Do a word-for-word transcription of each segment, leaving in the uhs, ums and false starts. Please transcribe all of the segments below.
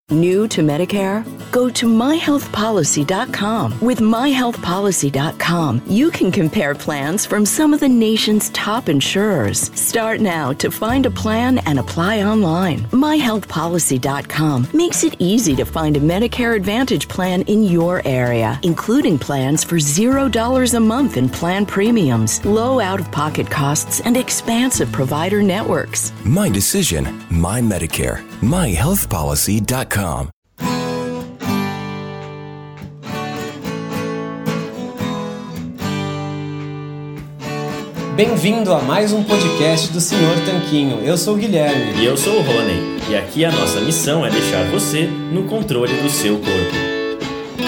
New to Medicare? Go to my health policy dot com. With my health policy dot com, you can compare plans from some of the nation's top insurers. Start now to find a plan and apply online. my health policy dot com makes it easy to find a Medicare Advantage plan in your area, including plans for zero dollars a month in plan premiums, low out-of-pocket costs, and expansive provider networks. My decision, my Medicare. my health policy dot com. Bem-vindo a mais um podcast do senhor Tanquinho. Eu sou o Guilherme. E eu sou o Rony. E aqui a nossa missão é deixar você no controle do seu corpo.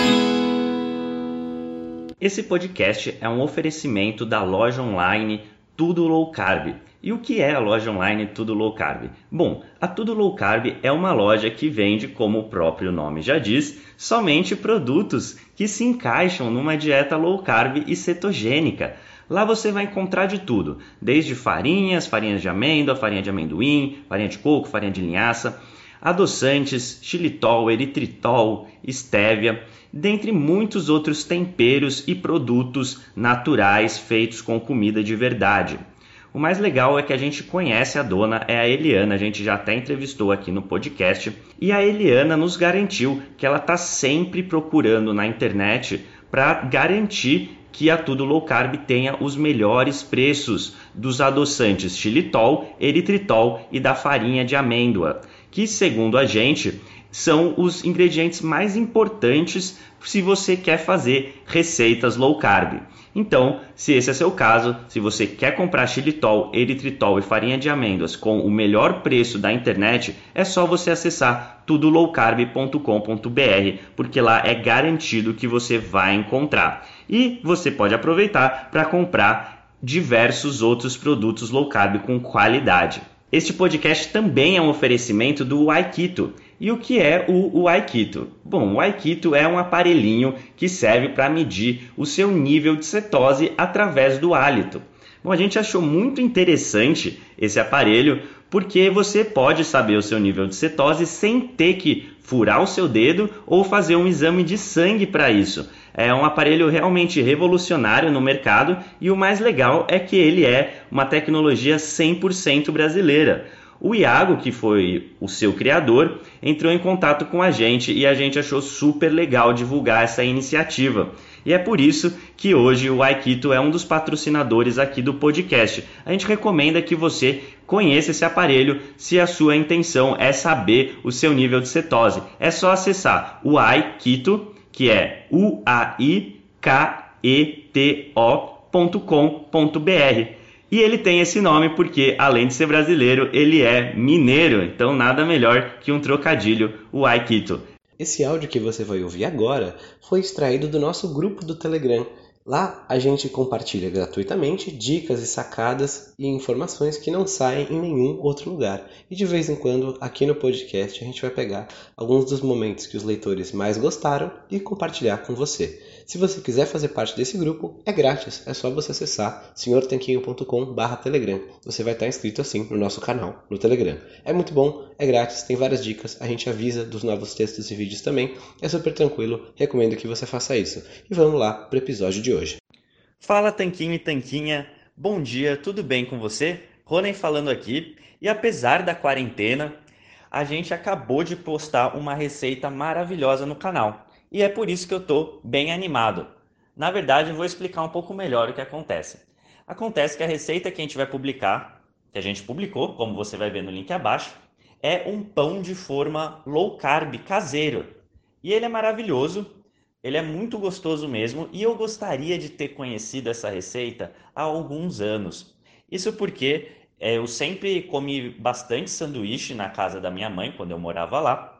Esse podcast é um oferecimento da loja online Tudo Low Carb. E o que é a loja online Tudo Low Carb? Bom, a Tudo Low Carb é uma loja que vende, como o próprio nome já diz, somente produtos que se encaixam numa dieta low carb e cetogênica. Lá você vai encontrar de tudo, desde farinhas, farinhas de amêndoa, farinha de amendoim, farinha de coco, farinha de linhaça, adoçantes, xilitol, eritritol, estévia, dentre muitos outros temperos e produtos naturais feitos com comida de verdade. O mais legal é que a gente conhece a dona, é a Eliana, a gente já até entrevistou aqui no podcast, e a Eliana nos garantiu que ela está sempre procurando na internet para garantir que a Tudo Low Carb tenha os melhores preços dos adoçantes xilitol, eritritol e da farinha de amêndoa, que, segundo a gente, são os ingredientes mais importantes se você quer fazer receitas low carb. Então, se esse é seu caso, se você quer comprar xilitol, eritritol e farinha de amêndoas com o melhor preço da internet, é só você acessar tudo low carb ponto com ponto b r, porque lá é garantido que você vai encontrar. E você pode aproveitar para comprar diversos outros produtos low carb com qualidade. Este podcast também é um oferecimento do Aikito. E o que é o, o Aikito? Bom, o Aikito é um aparelhinho que serve para medir o seu nível de cetose através do hálito. Bom, a gente achou muito interessante esse aparelho porque você pode saber o seu nível de cetose sem ter que furar o seu dedo ou fazer um exame de sangue para isso. É um aparelho realmente revolucionário no mercado e o mais legal é que ele é uma tecnologia cem por cento brasileira. O Iago, que foi o seu criador, entrou em contato com a gente e a gente achou super legal divulgar essa iniciativa. E é por isso que hoje o Aikito é um dos patrocinadores aqui do podcast. A gente recomenda que você conheça esse aparelho se a sua intenção é saber o seu nível de cetose. É só acessar o Aikito, que é u a i k e t o ponto com ponto b r. E ele tem esse nome porque, além de ser brasileiro, ele é mineiro. Então, nada melhor que um trocadilho, o Aikito. Esse áudio que você vai ouvir agora foi extraído do nosso grupo do Telegram. Lá a gente compartilha gratuitamente dicas e sacadas e informações que não saem em nenhum outro lugar. E de vez em quando, aqui no podcast, a gente vai pegar alguns dos momentos que os leitores mais gostaram e compartilhar com você. Se você quiser fazer parte desse grupo, é grátis. É só você acessar senhor tanquinho ponto com barra telegram. Você vai estar inscrito assim no nosso canal, no Telegram. É muito bom, é grátis, tem várias dicas. A gente avisa dos novos textos e vídeos também. É super tranquilo, recomendo que você faça isso. E vamos lá para o episódio de hoje. Fala Tanquinho e Tanquinha, bom dia, tudo bem com você? Rony falando aqui. E apesar da quarentena, a gente acabou de postar uma receita maravilhosa no canal. E é por isso que eu estou bem animado. Na verdade, eu vou explicar um pouco melhor o que acontece. Acontece que a receita que a gente vai publicar, que a gente publicou, como você vai ver no link abaixo, é um pão de forma low carb caseiro. E ele é maravilhoso, ele é muito gostoso mesmo, e eu gostaria de ter conhecido essa receita há alguns anos. Isso porque é, eu sempre comi bastante sanduíche na casa da minha mãe, quando eu morava lá.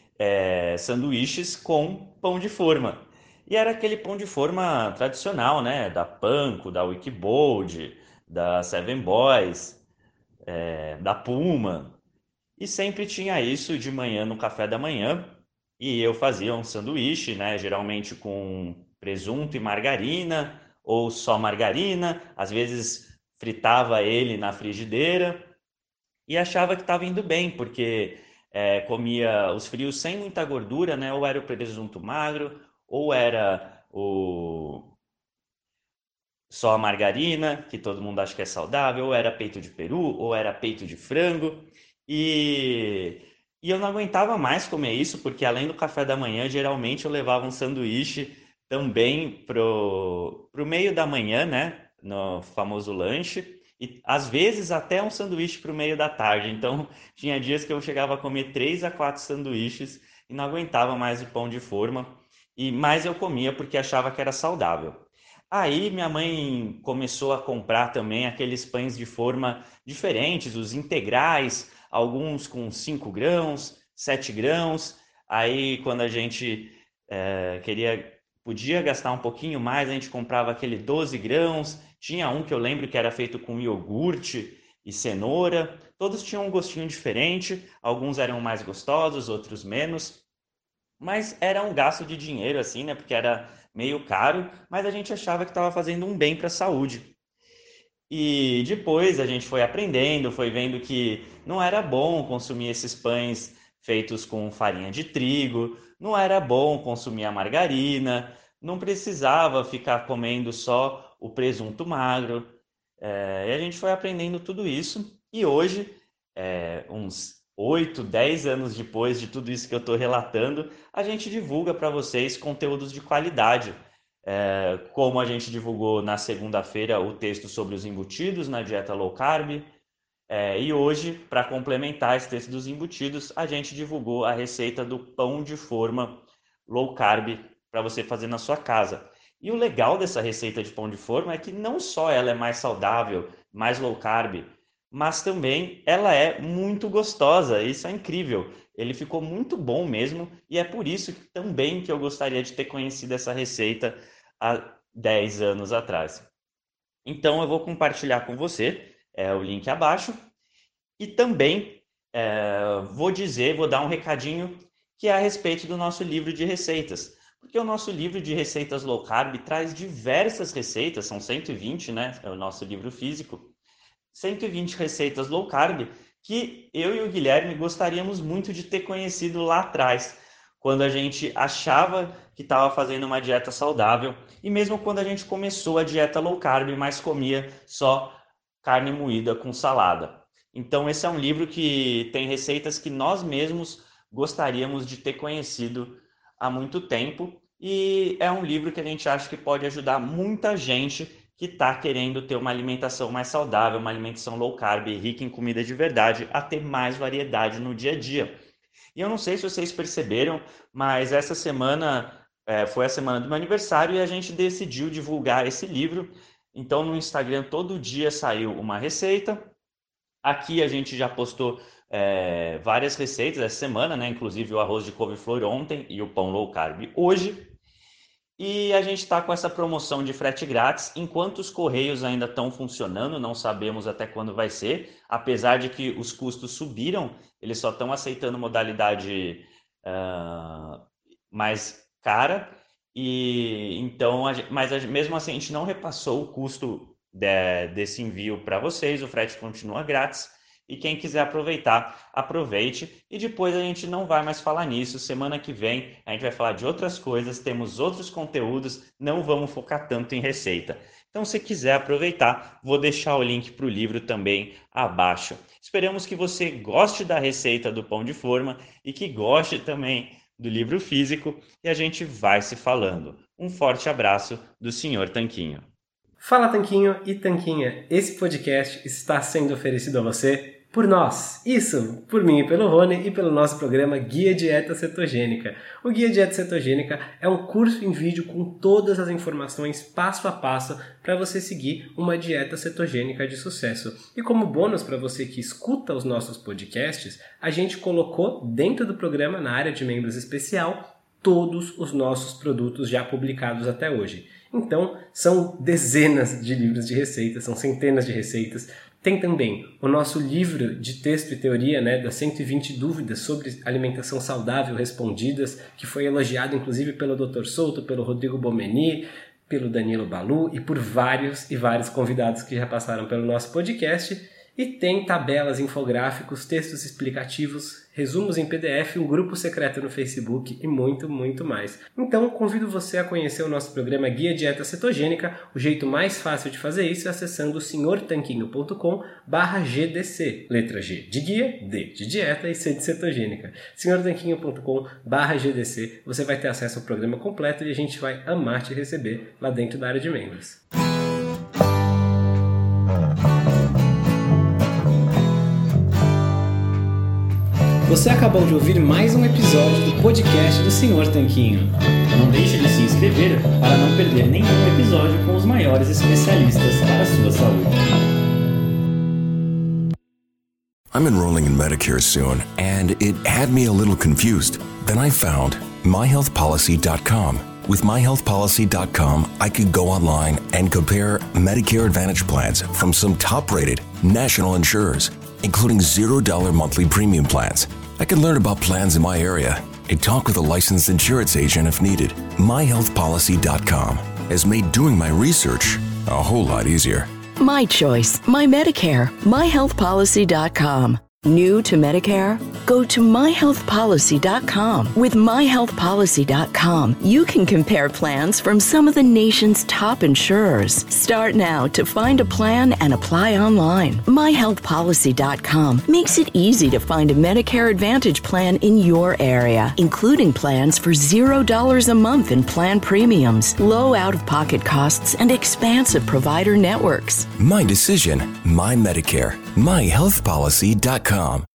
É, sanduíches com pão de forma. E era aquele pão de forma tradicional, né? Da Panko, da Wikibold, da Seven Boys, é, da Puma. E sempre tinha isso de manhã no café da manhã. E eu fazia um sanduíche, né? Geralmente com presunto e margarina, ou só margarina. Às vezes fritava ele na frigideira. E achava que estava indo bem, porque é, comia os frios sem muita gordura, né? Ou era o presunto magro, ou era o só a margarina, que todo mundo acha que é saudável, ou era peito de peru, ou era peito de frango. E, e eu não aguentava mais comer isso, porque além do café da manhã, geralmente eu levava um sanduíche também pro, pro meio da manhã, né? No famoso lanche. E às vezes até um sanduíche pro meio da tarde. Então tinha dias que eu chegava a comer três a quatro sanduíches e não aguentava mais o pão de forma. E mais eu comia porque achava que era saudável. Aí minha mãe começou a comprar também aqueles pães de forma diferentes, os integrais, alguns com cinco grãos, sete grãos. Aí quando a gente é, queria, podia gastar um pouquinho mais, a gente comprava aquele doze grãos. Tinha um que eu lembro que era feito com iogurte e cenoura. Todos tinham um gostinho diferente, alguns eram mais gostosos, outros menos. Mas era um gasto de dinheiro, assim, né? Porque era meio caro, mas a gente achava que estava fazendo um bem para a saúde. E depois a gente foi aprendendo, foi vendo que não era bom consumir esses pães feitos com farinha de trigo, não era bom consumir a margarina, não precisava ficar comendo só o presunto magro. É, e a gente foi aprendendo tudo isso. E hoje, é, uns oito, dez anos depois de tudo isso que eu estou relatando, a gente divulga para vocês conteúdos de qualidade. É, como a gente divulgou na segunda-feira o texto sobre os embutidos na dieta low carb. É, e hoje, para complementar esse texto dos embutidos, a gente divulgou a receita do pão de forma low carb para você fazer na sua casa. E o legal dessa receita de pão de forma é que não só ela é mais saudável, mais low carb, mas também ela é muito gostosa. Isso é incrível. Ele ficou muito bom mesmo e é por isso que, também que eu gostaria de ter conhecido essa receita há dez anos atrás. Então eu vou compartilhar com você é, o link abaixo e também é, vou dizer, vou dar um recadinho que é a respeito do nosso livro de receitas. Porque o nosso livro de receitas low carb traz diversas receitas, são cento e vinte, né? É o nosso livro físico. cento e vinte receitas low carb que eu e o Guilherme gostaríamos muito de ter conhecido lá atrás, quando a gente achava que estava fazendo uma dieta saudável e mesmo quando a gente começou a dieta low carb, mas comia só carne moída com salada. Então esse é um livro que tem receitas que nós mesmos gostaríamos de ter conhecido há muito tempo e é um livro que a gente acha que pode ajudar muita gente que está querendo ter uma alimentação mais saudável, uma alimentação low carb, rica em comida de verdade, a ter mais variedade no dia a dia. E eu não sei se vocês perceberam, mas essa semana é, foi a semana do meu aniversário e a gente decidiu divulgar esse livro. Então no Instagram todo dia saiu uma receita. Aqui a gente já postou é, várias receitas essa semana, né? Inclusive o arroz de couve-flor ontem e o pão low carb hoje. E a gente está com essa promoção de frete grátis, enquanto os correios ainda estão funcionando, não sabemos até quando vai ser, apesar de que os custos subiram, eles só estão aceitando modalidade uh, mais cara, e então, a gente, mas a, mesmo assim a gente não repassou o custo de, desse envio para vocês, o frete continua grátis. E quem quiser aproveitar, aproveite. E depois a gente não vai mais falar nisso. Semana que vem a gente vai falar de outras coisas, temos outros conteúdos, não vamos focar tanto em receita. Então, se quiser aproveitar, vou deixar o link para o livro também abaixo. Esperamos que você goste da receita do pão de forma e que goste também do livro físico. E a gente vai se falando. Um forte abraço do senhor Tanquinho. Fala Tanquinho e Tanquinha, esse podcast está sendo oferecido a você por nós, isso, por mim e pelo Rony e pelo nosso programa Guia Dieta Cetogênica. O Guia Dieta Cetogênica é um curso em vídeo com todas as informações passo a passo para você seguir uma dieta cetogênica de sucesso. E como bônus para você que escuta os nossos podcasts, a gente colocou dentro do programa, na área de membros especial, todos os nossos produtos já publicados até hoje. Então, são dezenas de livros de receitas, são centenas de receitas. Tem também o nosso livro de texto e teoria, né, das cento e vinte dúvidas sobre alimentação saudável respondidas, que foi elogiado inclusive pelo doutor Souto, pelo Rodrigo Bomeni, pelo Danilo Balu e por vários e vários convidados que já passaram pelo nosso podcast. E tem tabelas, infográficos, textos explicativos, resumos em P D F, um grupo secreto no Facebook e muito, muito mais. Então, convido você a conhecer o nosso programa Guia Dieta Cetogênica. O jeito mais fácil de fazer isso é acessando senhor tanquinho ponto com barra G D C. Letra G de guia, D de dieta e C de cetogênica. senhor tanquinho ponto com barra G D C. Você vai ter acesso ao programa completo e a gente vai amar te receber lá dentro da área de membros. Você acabou de ouvir mais um episódio do podcast do senhor Tanquinho. Não deixe de se inscrever para não perder nenhum episódio com os maiores especialistas para a sua saúde. I'm enrolling in Medicare soon, and it had me a little confused. Then I found my health policy dot com. With my health policy dot com, I could go online and compare Medicare Advantage plans from some top-rated national insurers, including zero dollar monthly premium plans. I can learn about plans in my area and talk with a licensed insurance agent if needed. my health policy dot com has made doing my research a whole lot easier. My choice, my Medicare, my health policy dot com. New to Medicare? Go to my health policy dot com. With my health policy dot com, you can compare plans from some of the nation's top insurers. Start now to find a plan and apply online. my health policy dot com makes it easy to find a Medicare Advantage plan in your area, including plans for zero dollars a month in plan premiums, low out-of-pocket costs, and expansive provider networks. My decision, my Medicare, my health policy dot com.